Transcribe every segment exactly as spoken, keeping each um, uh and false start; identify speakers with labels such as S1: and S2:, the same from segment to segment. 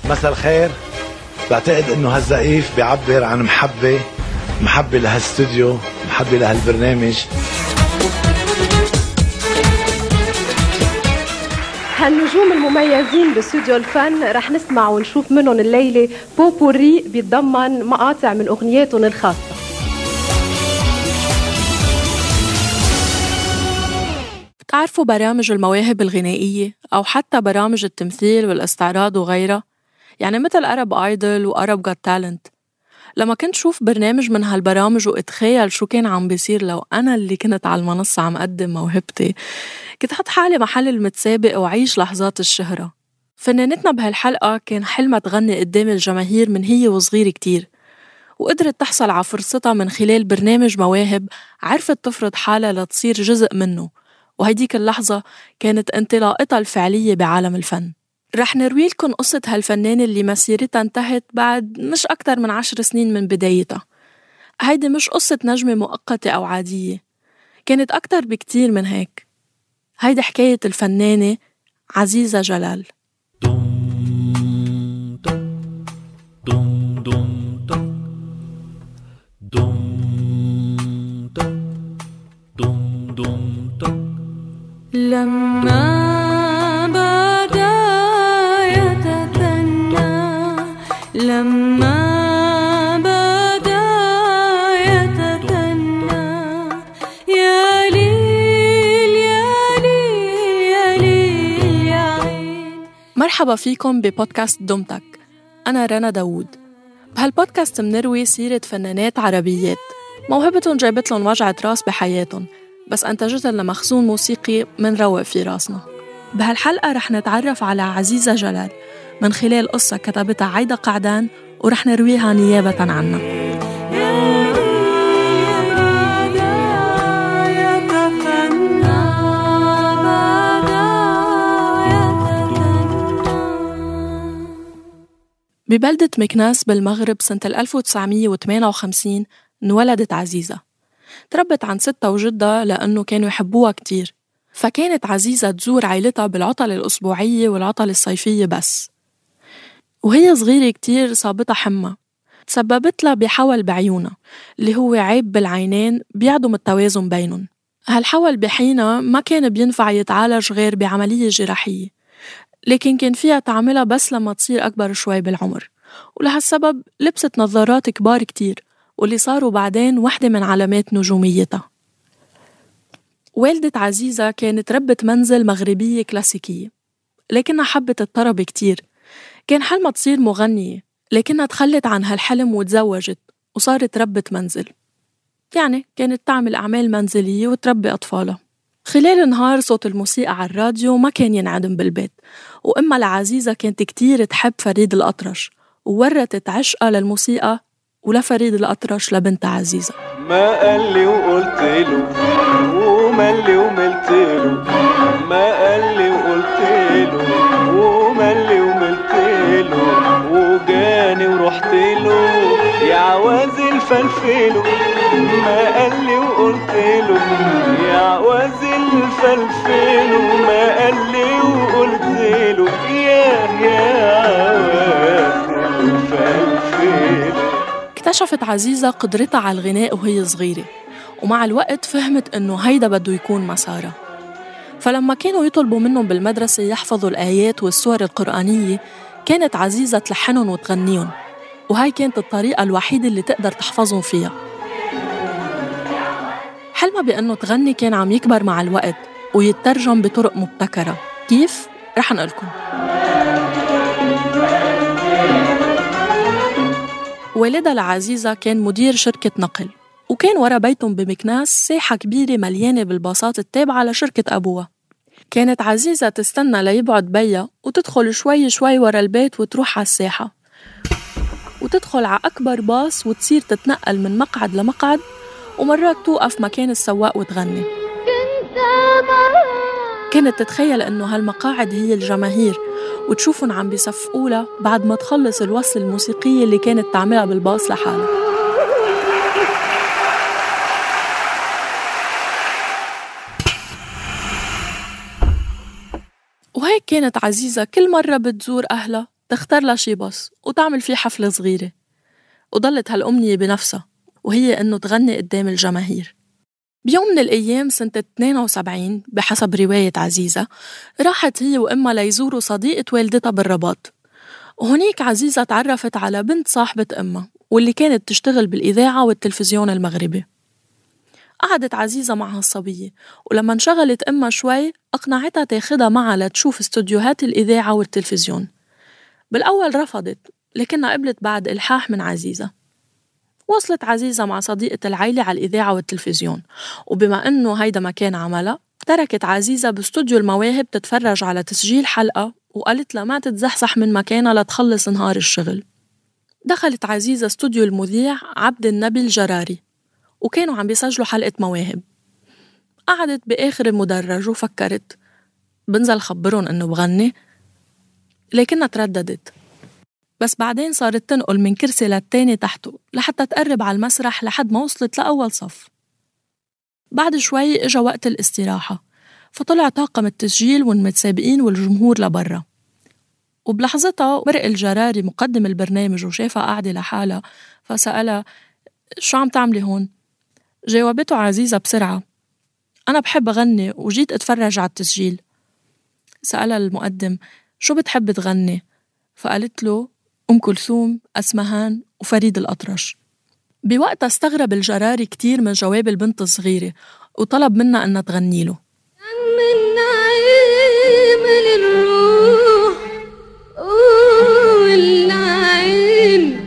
S1: مساء الخير. بعتقد انه هالزقيف بيعبر عن محبة محبة لهالاستوديو، محبة لهالبرنامج.
S2: هالنجوم المميزين باستوديو الفن رح نسمع ونشوف منهم الليلة بوبوري بيتضمن مقاطع من أغنياتهم الخاصة.
S3: بتعرفوا برامج المواهب الغنائية أو حتى برامج التمثيل والاستعراض وغيرها؟ يعني مثل أرب آيدل وأرب جوت تالنت. لما كنت شوف برنامج من هالبرامج واتخيل شو كان عم بيصير لو أنا اللي كنت على المنصة عم قدم موهبتي، كنت حط حالي محل المتسابق وعيش لحظات الشهرة. فنانتنا بهالحلقة كان حلمها تغني قدام الجماهير من هي وصغير كتير، وقدرت تحصل على فرصتها من خلال برنامج مواهب عرفت تفرض حالها لتصير جزء منه، وهيديك اللحظة كانت انطلاقتها الفعلية بعالم الفن. رح نروي لكم قصة هالفنانة اللي مسيرتها انتهت بعد مش أكتر من عشر سنين من بدايتها. هيدي مش قصة نجمة مؤقتة أو عادية، كانت أكتر بكتير من هيك. هيدي حكاية الفنانة عزيزة جلال.
S4: لما بدا يتثنى لما بدا يتثنى يا ليل يا ليل يا ليل يا عين.
S3: مرحبا فيكم ببودكاست دمتك. أنا رنا داوود. بهالبودكاست منروي سيرة فنانات عربيات موهبتهم جايبت لهم وجعة راس بحياتهم، بس أنتجت لنا مخزون موسيقي من روق في راسنا. بهالحلقة رح نتعرف على عزيزة جلال من خلال قصة كتبتها عايدة قعدان، ورح نرويها نيابة عنها. ببلدة مكناس بالمغرب سنة ألف وتسعمية وثمانية وخمسين انولدت عزيزة. تربت عن ستها وجدها لأنه كانوا يحبوها كتير، فكانت عزيزة تزور عائلتها بالعطل الأسبوعية والعطل الصيفية بس. وهي صغيرة كتير صابتها حمى تسببت لها بحول بعيونها اللي هو عيب بالعينين بيعدم التوازن بينهم. هالحول بحينها ما كان بينفع يتعالج غير بعملية جراحية، لكن كان فيها تعملها بس لما تصير أكبر شوي بالعمر، ولهالسبب لبست نظارات كبار كتير واللي صاروا بعدين واحدة من علامات نجوميتها. والدة عزيزة كانت ربة منزل مغربية كلاسيكية، لكنها حبت الطرب كتير. كان حلمها تصير مغنية، لكنها تخلت عن هالحلم وتزوجت وصارت ربة منزل، يعني كانت تعمل أعمال منزلية وتربي أطفالها. خلال النهار صوت الموسيقى على الراديو ما كان ينعدم بالبيت، وإما لعزيزة كانت كتير تحب فريد الأطرش وورتت عشقها للموسيقى ولفريد الأطرش لبنت عزيزة.
S5: ما قال لي وقلت له ومال لي وملت له، ما قال لي وقلت له ومال لي وملت له، وجاني ورحت له يا عواز الفلفله. ما قال لي وقلت له يا عواز الفلفله، ما قال لي وقلت له يا يا عواز الفلفله.
S3: اكتشفت عزيزة قدرتها على الغناء وهي صغيرة، ومع الوقت فهمت إنه هيدا بده يكون مسارها. فلما كانوا يطلبوا منهم بالمدرسة يحفظوا الآيات والسور القرآنية كانت عزيزة تلحنهم وتغنيهم، وهاي كانت الطريقة الوحيدة اللي تقدر تحفظهم فيها. حلمها بأنه تغني كان عم يكبر مع الوقت ويترجم بطرق مبتكرة. كيف؟ رح نقلكم. والدها لعزيزة كان مدير شركة نقل، وكان ورا بيتهم بمكناس ساحة كبيرة مليانة بالباصات التابعة لشركة أبوها. كانت عزيزة تستنى ليبعد بيها وتدخل شوي شوي ورا البيت وتروح على الساحة وتدخل على أكبر باص وتصير تتنقل من مقعد لمقعد، ومرات توقف مكان السواق وتغني. كانت تتخيل إنه هالمقاعد هي الجماهير وتشوفهم عم بيصفقولها بعد ما تخلص الوصل الموسيقية اللي كانت تعملها بالباص لحالها. وهيك كانت عزيزة كل مرة بتزور أهلها تختار لها شي باص وتعمل فيه حفلة صغيرة، وضلت هالأمنية بنفسها وهي إنه تغني قدام الجماهير. بيوم من الأيام سنة اثنين وسبعين بحسب رواية عزيزة، راحت هي وإمها ليزوروا صديقة والدتها بالرباط، وهنيك عزيزة تعرفت على بنت صاحبة إمها واللي كانت تشتغل بالإذاعة والتلفزيون المغربي. قعدت عزيزة مع هالصبية، ولما انشغلت إمها شوي أقنعتها تاخدها معها لتشوف استوديوهات الإذاعة والتلفزيون. بالأول رفضت، لكنها قبلت بعد إلحاح من عزيزة. وصلت عزيزة مع صديقة العيلة على الإذاعة والتلفزيون، وبما أنه هيدا مكان عملها تركت عزيزة باستوديو المواهب تتفرج على تسجيل حلقة، وقالت لها ما تتزحزح من مكانها لتخلص نهار الشغل. دخلت عزيزة استوديو المذيع عبد النبي الجراري، وكانوا عم بيسجلوا حلقة مواهب. قعدت بآخر المدرج وفكرت بنزل خبرون إنه بغني، لكنها ترددت. بس بعدين صارت تنقل من كرسي للتاني تحته لحتى تقرب على المسرح لحد ما وصلت لأول صف. بعد شوي إجا وقت الاستراحة، فطلع طاقم التسجيل والمتسابقين والجمهور لبرا، وبلحظتها مرق الجراري مقدم البرنامج وشافها قاعدة لحالها، فسألها شو عم تعملي هون؟ جاوبته عزيزة بسرعة أنا بحب أغني وجيت أتفرج على التسجيل. سألها المقدم شو بتحب تغني؟ فقالت له أم كلثوم، أسمهان، وفريد الأطرش. بوقتها استغرب الجراري كتير من جواب البنت الصغيرة وطلب منها أنها تغني له.
S4: من نعيم للروح والعين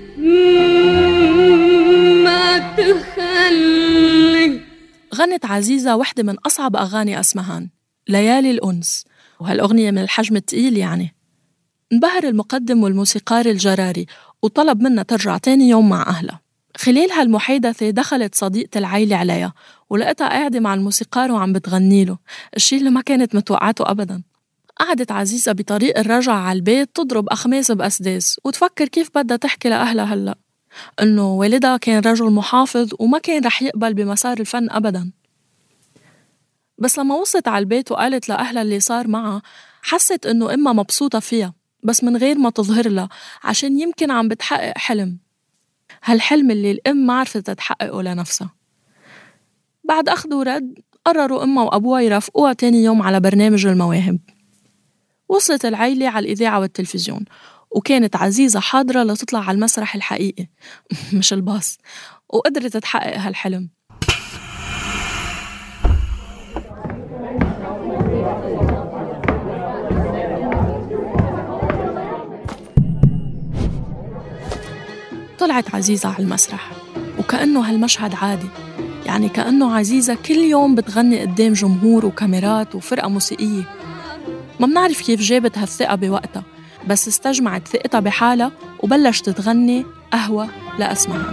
S4: ما تخلي.
S3: غنت عزيزة وحدة من أصعب أغاني أسمهان، ليالي الأنس، وهالأغنية من الحجم التقيل يعني. انبهر المقدم والموسيقار الجراري وطلب منها ترجع تاني يوم مع أهلها. خلال هالمحادثة دخلت صديقة العيلة عليها ولقيتها قاعدة مع الموسيقار وعم بتغني له، الشي اللي ما كانت متوقعته أبداً. قعدت عزيزة بطريق الرجعة على البيت تضرب أخماس بأسداس وتفكر كيف بدها تحكي لأهلها هلأ إنه والدها كان رجل محافظ وما كان رح يقبل بمسار الفن أبداً. بس لما وصلت على البيت وقالت لأهلها اللي صار معها، حست إنه إمها مبسوطة فيها بس من غير ما تظهر لها، عشان يمكن عم بتحقق حلم، هالحلم اللي الأم ما عرفت تحققه لنفسها. بعد أخذ ورد قرروا أمها وأبوها يرافقوها تاني يوم على برنامج المواهب. وصلت العيلة على الإذاعة والتلفزيون، وكانت عزيزة حاضرة لتطلع على المسرح الحقيقي مش الباص، وقدرت تحقق هالحلم. طلعت عزيزة على المسرح وكأنه هالمشهد عادي، يعني كأنه عزيزة كل يوم بتغني قدام جمهور وكاميرات وفرقة موسيقية. ما منعرف كيف جابت هالثقة بوقتها، بس استجمعت ثقتها بحالها وبلشت تغني قهوة لأسمهان.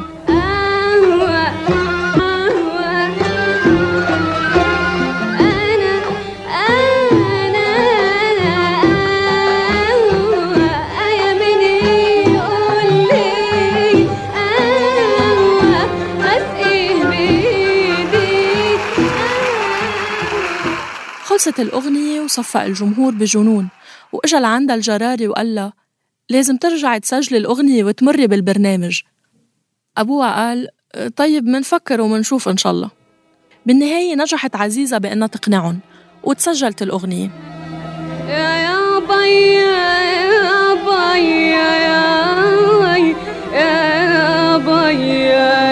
S3: خلصت الأغنية وصفق الجمهور بجنون، وإجا لعندها الجراري وقال لها لازم ترجعي تسجلي الأغنية وتمري بالبرنامج. أبوها قال طيب منفكر ومنشوف إن شاء الله. بالنهاية نجحت عزيزة بأنها تقنعهم وتسجلت الأغنية.
S4: يا يا بي يا بي يا يا بي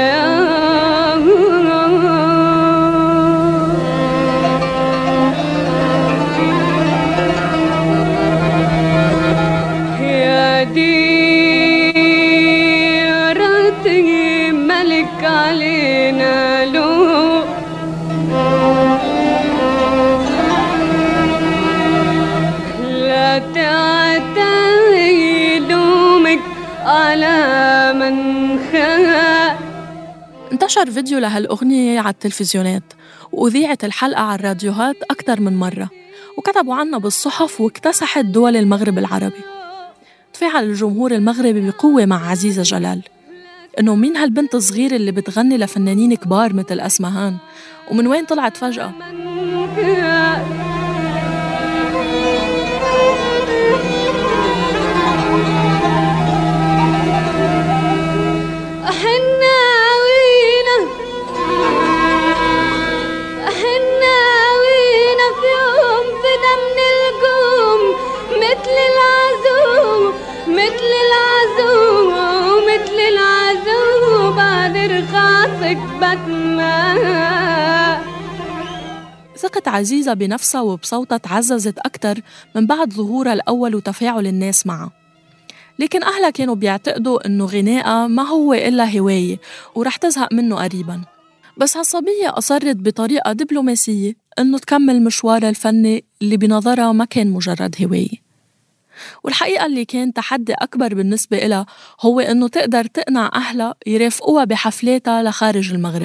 S3: انتشر فيديو لهالأغنية على التلفزيونات، وأذيعت الحلقة على الراديوهات أكتر من مرة، وكتبوا عنها بالصحف واكتسحت دول المغرب العربي. تفاعل الجمهور المغربي بقوة مع عزيزة جلال، إنه مين هالبنت الصغيرة اللي بتغني لفنانين كبار مثل أسمهان، ومن وين طلعت فجأة؟ عزيزة بنفسها وبصوتها تعززت أكتر من بعد ظهورها الأول وتفاعل الناس معها. لكن أهلها كانوا بيعتقدوا إنه غنائها ما هو إلا هواية ورح تزهق منه قريباً. بس هالصبية أصرت بطريقة دبلوماسية إنه تكمل مشوارها الفني اللي بنظرها ما كان مجرد هواية. والحقيقة اللي كان تحدي أكبر بالنسبة إلها هو إنه تقدر تقنع أهلها يرافقوها بحفلاتها لخارج المغرب.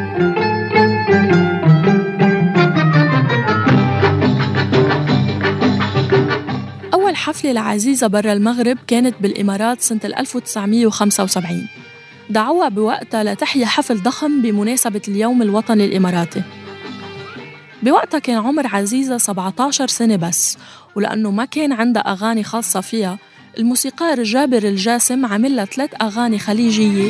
S3: أول حفلة لعزيزة برا المغرب كانت بالإمارات سنة ألف وتسعمية وخمسة وسبعين. دعوها بوقتها لتحيي حفل ضخم بمناسبة اليوم الوطني الإماراتي. بوقتها كان عمر عزيزة سبعة عشر سنة بس، ولأنه ما كان عندها أغاني خاصة فيها، الموسيقار جابر الجاسم عمل لها ثلاث أغاني خليجية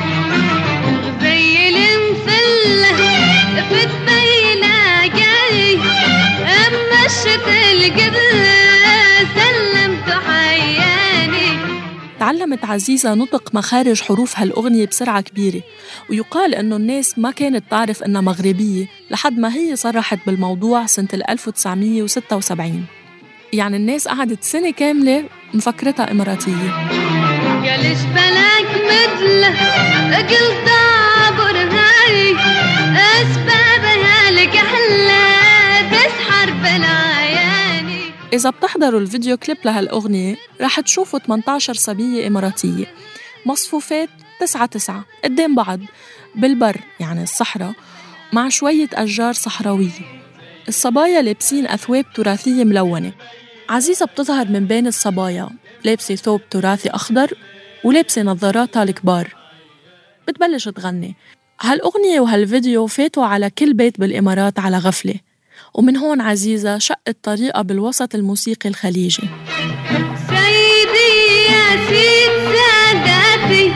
S4: زي المسلة في الطيلة جاي أما الشتا القبل سلمت حياني.
S3: تعلمت عزيزة نطق مخارج حروف هالأغنية بسرعة كبيرة، ويقال إنه الناس ما كانت تعرف إنها مغربية لحد ما هي صرحت بالموضوع سنة ألف وتسعمية وستة وسبعين. يعني الناس قعدت سنة كاملة مفكرتها إماراتية.
S4: قالش بلاك مدلة قلت عبر هاي أسبابها لك أحلى تسحر بالعياني.
S3: إذا بتحضروا الفيديو كليب لهالأغنية رح تشوفوا ثمانية عشر صبية إماراتية مصفوفات تسعة تسعة قدام بعض بالبر، يعني الصحراء، مع شوية أشجار صحراوية. الصبايا لابسين أثواب تراثية ملونة. عزيزة بتظهر من بين الصبايا لابسة ثوب تراثي أخضر ولابسة نظاراتها الكبار. بتبلش تغني. هالأغنية وهالفيديو فاتوا على كل بيت بالإمارات على غفلة، ومن هون عزيزة شقت طريقة بالوسط الموسيقي الخليجي.
S4: سيدي يا سيد ساداتي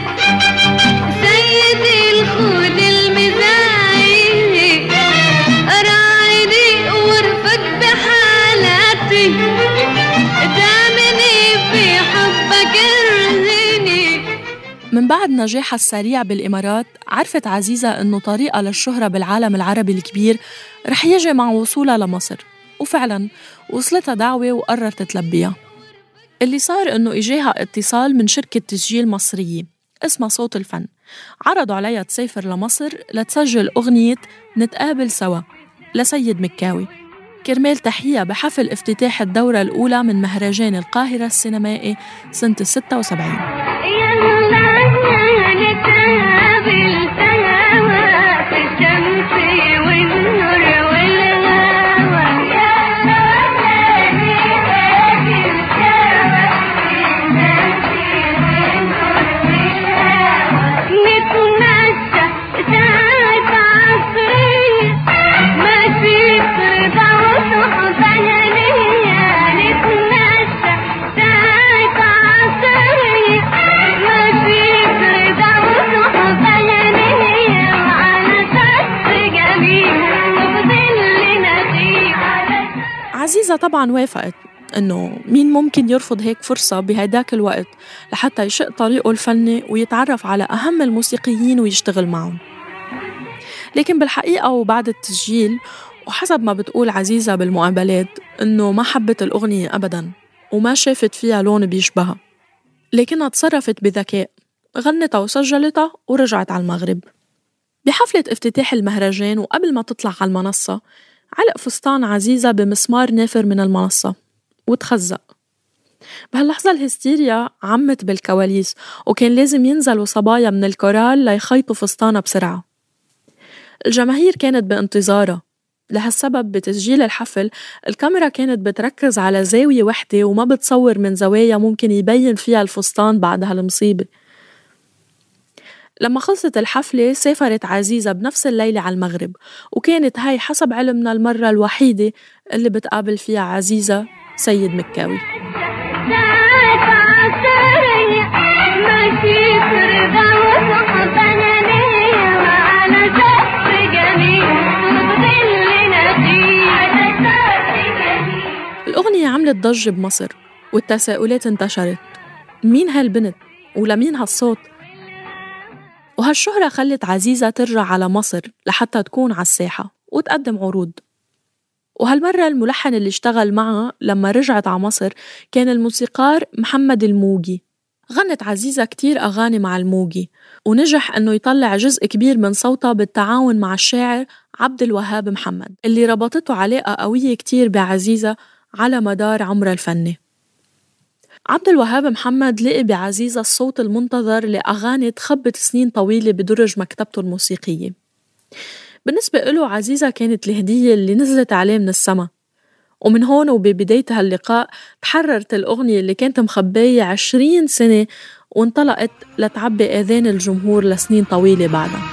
S4: سيدي الخود المزايد راعيني وارفق بحالاتي دامني في حبك ارهني.
S3: من بعد نجاحها السريع بالإمارات عرفت عزيزة إنه طريقها للشهرة بالعالم العربي الكبير رح يجي مع وصولها لمصر، وفعلاً وصلتها دعوة وقررت تلبيها. اللي صار إنه إجاها اتصال من شركة تسجيل مصرية اسمها صوت الفن، عرضوا عليها تسافر لمصر لتسجل أغنية نتقابل سوا لسيد مكاوي كرمال تحية بحفل افتتاح الدورة الأولى من مهرجان القاهرة السينمائي سنة ستة وسبعين. عزيزة طبعاً وافقت، إنه مين ممكن يرفض هيك فرصة بهداك الوقت لحتى يشق طريقه الفني ويتعرف على أهم الموسيقيين ويشتغل معهم. لكن بالحقيقة وبعد التسجيل وحسب ما بتقول عزيزة بالمقابلات إنه ما حبت الأغنية أبداً وما شافت فيها لون بيشبهها، لكنها تصرفت بذكاء، غنتها وسجلتها ورجعت على المغرب. بحفلة افتتاح المهرجان وقبل ما تطلع على المنصة علق فستان عزيزة بمسمار نافر من المنصة وتخزق. بهاللحظة الهستيريا عمت بالكواليس وكان لازم ينزلوا صبايا من الكورال ليخيطوا فستانها بسرعة. الجماهير كانت بانتظارها. لهالسبب بتسجيل الحفل الكاميرا كانت بتركز على زاوية وحدة وما بتصور من زوايا ممكن يبين فيها الفستان بعد هالمصيبة. لما خلصت الحفلة سافرت عزيزة بنفس الليلة على المغرب، وكانت هاي حسب علمنا المرة الوحيدة اللي بتقابل فيها عزيزة سيد مكاوي. الأغنية عملت ضجة بمصر والتساؤلات انتشرت، مين هالبنت ولمين هالصوت؟ وهالشهرة خلت عزيزة ترجع على مصر لحتى تكون على الساحة وتقدم عروض. وهالمرة الملحن اللي اشتغل معها لما رجعت على مصر كان الموسيقار محمد الموجي. غنت عزيزة كتير أغاني مع الموجي، ونجح أنه يطلع جزء كبير من صوتها بالتعاون مع الشاعر عبد الوهاب محمد، اللي ربطته علاقة قوية كتير بعزيزة على مدار عمرها الفني. عبد الوهاب محمد لقي بعزيزة الصوت المنتظر لأغاني تخبت سنين طويلة بدرج مكتبته الموسيقية. بالنسبة له عزيزة كانت الهدية اللي نزلت عليه من السما، ومن هون وببداية هاللقاء تحررت الأغنية اللي كانت مخبية عشرين سنة وانطلقت لتعبي آذان الجمهور لسنين طويلة بعدها.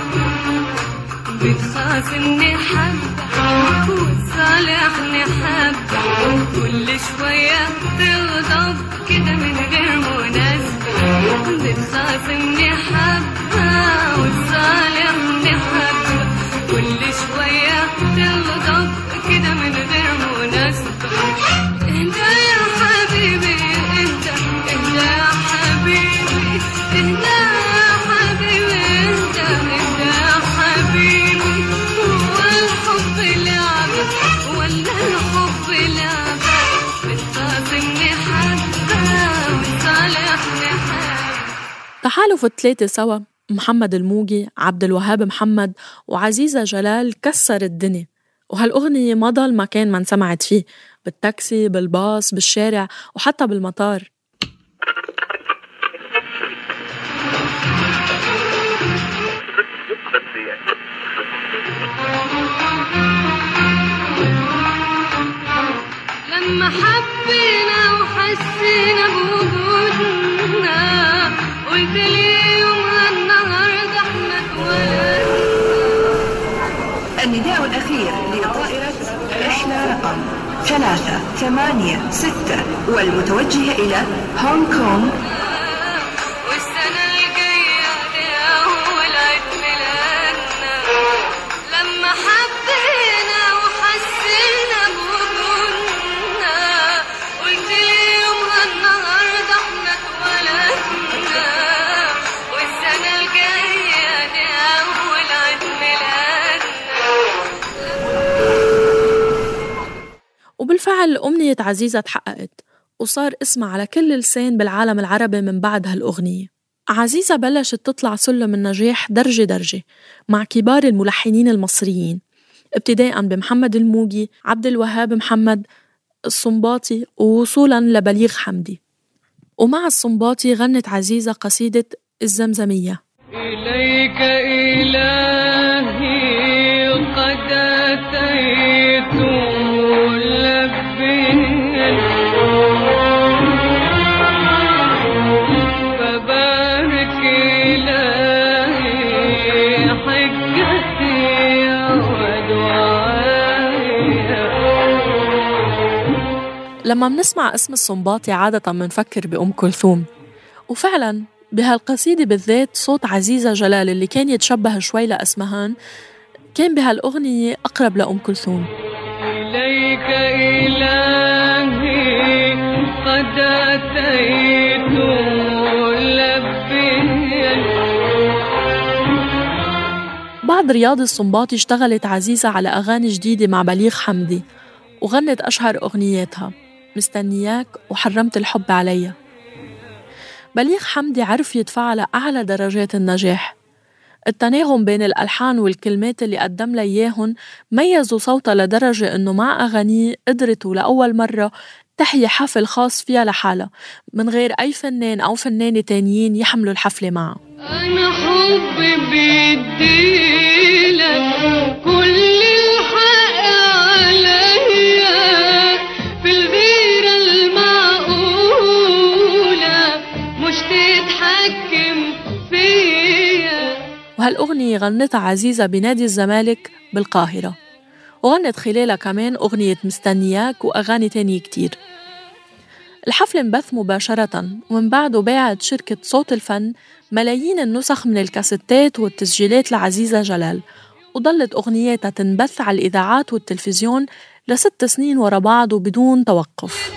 S4: بتخاصمني حبة وتصالحني حبة، كل شوية تغضب كده من غير مناسبة. بتخاصمني حبة وتصالحني حبة، كل شوية تغضب كده من غير مناسبة. انت يا حبيبي انت انت يا حبيبي انت يا حبيبي انت انت يا حبيبي. هو الحب لعبة ولا الحب لعبة؟ بتخاصمني حبة وتصالحني حبة.
S3: تحالف الثلاثة سوا، محمد الموجي، عبد الوهاب محمد، وعزيزة جلال، كسر الدنيا. وهالأغنية ما ضل مكان ما انسمعت فيه، بالتاكسي، بالباص، بالشارع، وحتى بالمطار.
S4: لما حبينا وحسينا بوجودنا، قلت لي يومها النهارده احنا اتولدنا.
S6: النداء الأخير لطائرة رحلة رقم ثلاثة ثمانية ستة والمتوجهة إلى هونغ كونغ.
S4: والسنة الجاية ده أول عيد ميلادنا. لما حبينا وحسينا بوجودنا، قلت لي يومها النهارده احنا اتولدنا. والسنة الجاية ده أول عيد ميلادنا.
S3: وبالفعل أمنية عزيزة تحققت، وصار اسمها على كل لسان بالعالم العربي من بعد هالأغنية. عزيزة بلشت تطلع سلم النجاح درجة درجة مع كبار الملحنين المصريين، ابتداءً بمحمد الموجي، عبد الوهاب محمد، الصنباطي، ووصولاً لبليغ حمدي. ومع الصنباطي غنت عزيزة قصيدة الزمزمية.
S4: إليك إلهي قد أتيت ملبيا، فبارك إلهي حجتي ودعائي.
S3: لما منسمع اسم الصنباطي عادة منفكر بأم كلثوم، وفعلاً بهالقصيدة بالذات صوت عزيزة جلال اللي كان يتشبه شوي لأسمهان كان بهالأغنية أقرب لأم كلثوم.
S4: إليك إلهي قد أتيت ملبيا.
S3: بعد رياض الصنباطي اشتغلت عزيزة على أغاني جديدة مع بليغ حمدي، وغنت أشهر أغنياتها مستنياك وحرمت الحب عليا. بليغ حمدي عرف يدفع لأعلى درجات النجاح. التناغم بين الألحان والكلمات اللي قدم لها إياهن ميزوا صوتها لدرجة إنه مع أغانيه قدرت لأول مرة تحيي حفل خاص فيها لحالها من غير أي فنان أو فنانة تانيين يحملوا الحفلة معها.
S4: أنا حبي بديلك كل الحق عليا، في الغيرة المعقولة مش تتحكم فيا.
S3: وهالأغنية غنتها عزيزة بنادي الزمالك بالقاهرة، وغنت خلالها كمان أغنية مستنياك وأغاني تانية كتير. الحفل انبث مباشرة، ومن بعده باعت شركة صوت الفن ملايين النسخ من الكاسيتات والتسجيلات لعزيزة جلال، وضلت أغنياتها تنبث على الإذاعات والتلفزيون لست سنين ورا بعض وبدون توقف.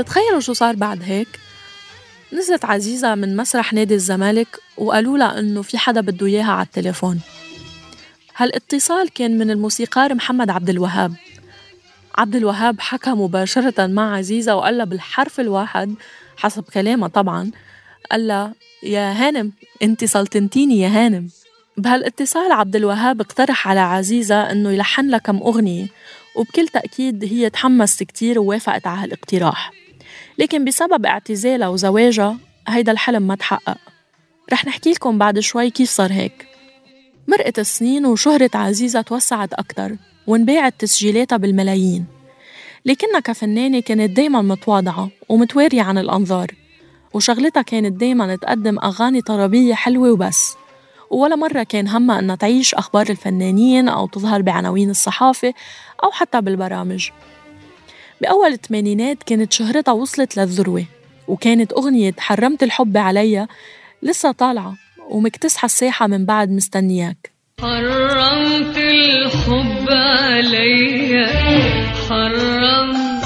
S3: تخيلوا شو صار بعد هيك. نزلت عزيزة من مسرح نادي الزمالك وقالوا لها إنه في حدا بده إياها على التليفون. هالاتصال كان من الموسيقار محمد عبد الوهاب. عبد الوهاب حكى مباشرة مع عزيزة وقال لها بالحرف الواحد حسب كلامها طبعاً، قال لها يا هانم انت سلطنتيني يا هانم. بهالاتصال عبد الوهاب اقترح على عزيزة انه يلحن لها كم اغنية، وبكل تأكيد هي تحمست كتير ووافقت على هالاقتراح، لكن بسبب اعتزالها وزواجها هيدا الحلم ما تحقق. رح نحكي لكم بعد شوي كيف صار هيك. مرقت السنين وشهرة عزيزة توسعت أكتر وانباعت تسجيلاتها بالملايين، لكنها كفنانة كانت دايما متواضعة ومتوارية عن الأنظار، وشغلتها كانت دايما تقدم أغاني طربية حلوة وبس، ولا مرة كان همها أنها تعيش أخبار الفنانين أو تظهر بعناوين الصحافة أو حتى بالبرامج. بأول الثمانينات كانت شهرتها وصلت للذروة، وكانت أغنية حرمت الحب عليا لسه طالعة ومكتسحة الساحة من بعد مستنياك.
S4: حرمت الحب عليا حرمت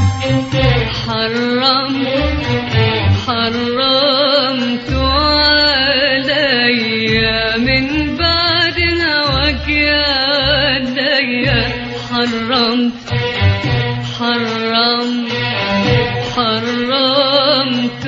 S4: حرمت حرمت عليا من بعد هواك يا ديا حرمت حرمت حرمت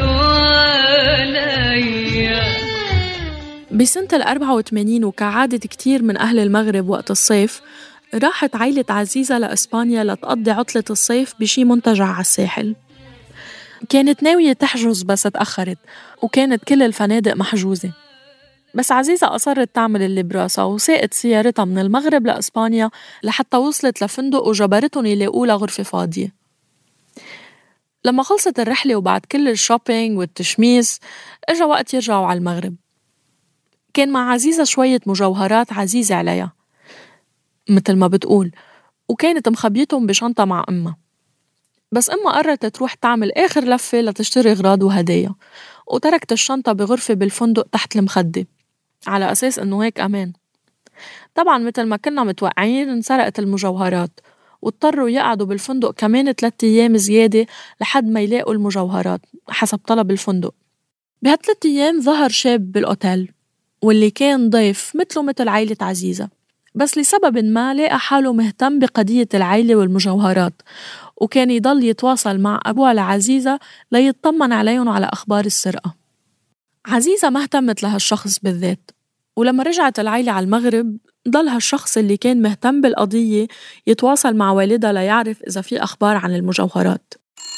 S4: عليا.
S3: بسنة الأربعة وثمانين وكعادة كتير من أهل المغرب وقت الصيف، راحت عائلة عزيزة لإسبانيا لتقضي عطلة الصيف بشي منتجع على الساحل. كانت ناوية تحجز بس تأخرت، وكانت كل الفنادق محجوزة، بس عزيزة أصرت تعمل اللي براسها وساقت سيارتها من المغرب لإسبانيا لحتى وصلت لفندق وجبرتهم يلاقوا لها غرفة فاضية. لما خلصت الرحلة وبعد كل الشوبينج والتشميس اجا وقت يرجعوا على المغرب. كان مع عزيزة شوية مجوهرات عزيزة عليها مثل ما بتقول، وكانت مخبيتهم بشنطة مع أمها، بس أمها قررت تروح تعمل آخر لفة لتشتري أغراض وهدايا، وتركت الشنطة بغرفة بالفندق تحت المخدة على أساس أنه هيك أمان. طبعا مثل ما كنا متوقعين انسرقت المجوهرات، واضطروا يقعدوا بالفندق كمان ثلاثة أيام زيادة لحد ما يلاقوا المجوهرات حسب طلب الفندق. بهالثلاث أيام ظهر شاب بالأوتيل، واللي كان ضيف مثله مثل عائلة عزيزة، بس لسبب ما لقى حاله مهتم بقضية العائلة والمجوهرات، وكان يضل يتواصل مع أبوها لعزيزة ليطمن عليهم على أخبار السرقة. عزيزة ما اهتمت لهالشخص بالذات، ولما رجعت العائلة على المغرب ضل هالشخص اللي كان مهتم بالقضية يتواصل مع والدها ليعرف إذا في أخبار عن المجوهرات.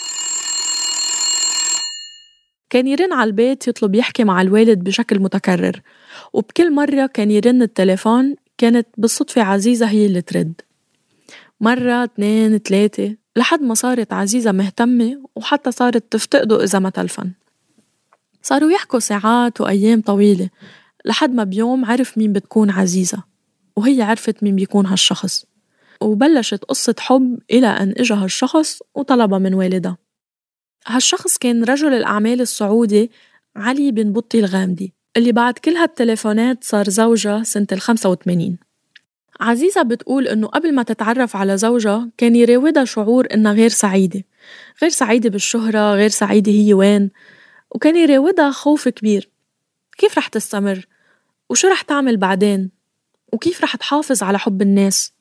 S3: كان يرن على البيت يطلب يحكي مع الوالد بشكل متكرر، وبكل مرة كان يرن التليفون كانت بالصدفة عزيزة هي اللي ترد. مرة اثنين ثلاثة لحد ما صارت عزيزة مهتمة، وحتى صارت تفتقده إذا ما تلفن. صاروا يحكوا ساعات وأيام طويلة لحد ما بيوم عرف مين بتكون عزيزة، وهي عرفت مين بيكون هالشخص، وبلشت قصة حب إلى أن إجا هالشخص وطلبها من والدها. هالشخص كان رجل الأعمال السعودي علي بن بطي الغامدي، اللي بعد كل هالتليفونات صار زوجها سنة الخمسة وثمانين. عزيزة بتقول إنه قبل ما تتعرف على زوجها كان يراودها شعور إنها غير سعيدة، غير سعيدة بالشهرة، غير سعيدة هي وين، وكان يراودها خوف كبير. كيف رح تستمر؟ وشو رح تعمل بعدين؟ وكيف رح تحافظ على حب الناس؟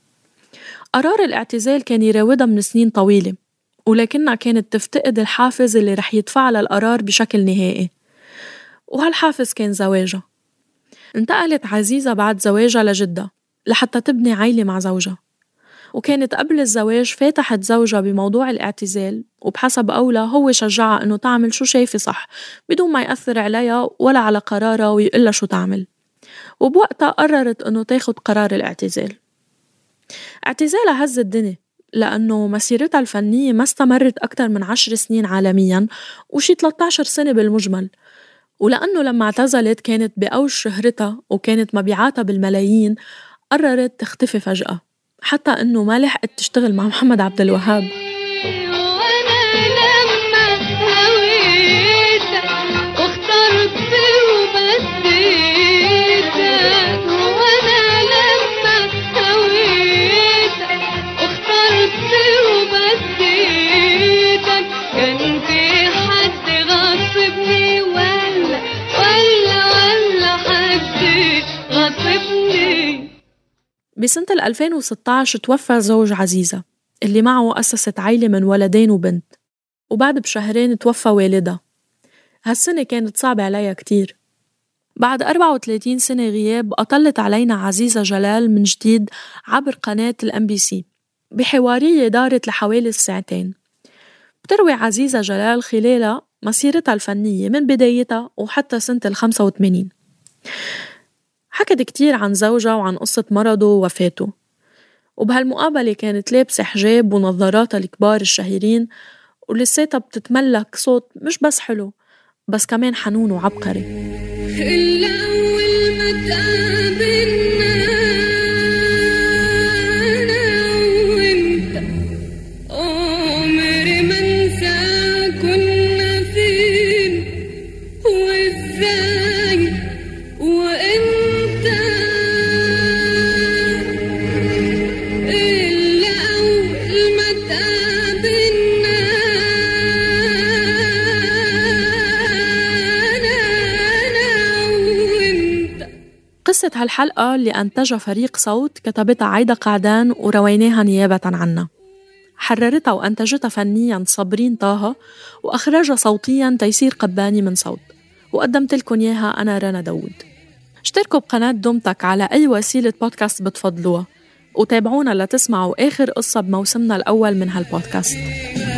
S3: قرار الاعتزال كان يراودها من سنين طويلة، ولكنها كانت تفتقد الحافز اللي رح يدفع لها القرار بشكل نهائي، وهالحافز كان زواجها. انتقلت عزيزة بعد زواجها لجدة لحتى تبني عائلة مع زوجها، وكانت قبل الزواج فاتحت زوجها بموضوع الاعتزال، وبحسب أولى هو شجعها إنه تعمل شو شايفة صح بدون ما يأثر عليها ولا على قرارها ويقلها شو تعمل، وبوقتها قررت إنه تاخد قرار الاعتزال. اعتزالها هز الدنيا لأنه مسيرتها الفنية ما استمرت أكتر من عشر سنين عالمياً وشي ثلاثة عشر سنة بالمجمل، ولأنه لما اعتزلت كانت بأوج شهرتها وكانت مبيعاتها بالملايين، قررت تختفي فجأة، حتى أنه ما لحقت تشتغل مع محمد عبد الوهاب.
S4: كان
S3: بسنة ألفين وستة عشر توفى زوج عزيزة اللي معه أسست عيلة من ولدين وبنت، وبعد بشهرين توفى والدها. هالسنة كانت صعبة عليها كتير. بعد أربعة وثلاثين سنة غياب أطلت علينا عزيزة جلال من جديد عبر قناة الام بي سي بحوارية دارت لحوالي ساعتين. بتروي عزيزة جلال خلالها مسيرتها الفنية من بدايتها وحتى سنة الخمسة وثمانين. حكت كتير عن زوجها وعن قصة مرضه ووفاته، وبهالمقابلة كانت لابسة حجاب ونظاراتها الكبار الشهيرين، ولساتها بتتملك صوت مش بس حلو بس كمان حنون وعبقري.
S4: إلا أول ما تقابلنا أنا وإنت عمري ما أنسى كنا فين وإزاي وإنت. إلا أول ما تقابلنا
S3: قصة هالحلقة اللي أنتجها فريق صوت كتبتها عايدة قعدان ورويناها نيابة عنا. حررتها وأنتجتها فنياً صابرين طه، وأخرجها صوتياً تيسير قباني من صوت، وقدمت لكم إياها أنا رنا داود. اشتركوا بقناة دمتك على أي وسيلة بودكاست بتفضلوها، وتابعونا لتسمعوا آخر قصة بموسمنا الأول من هالبودكاست.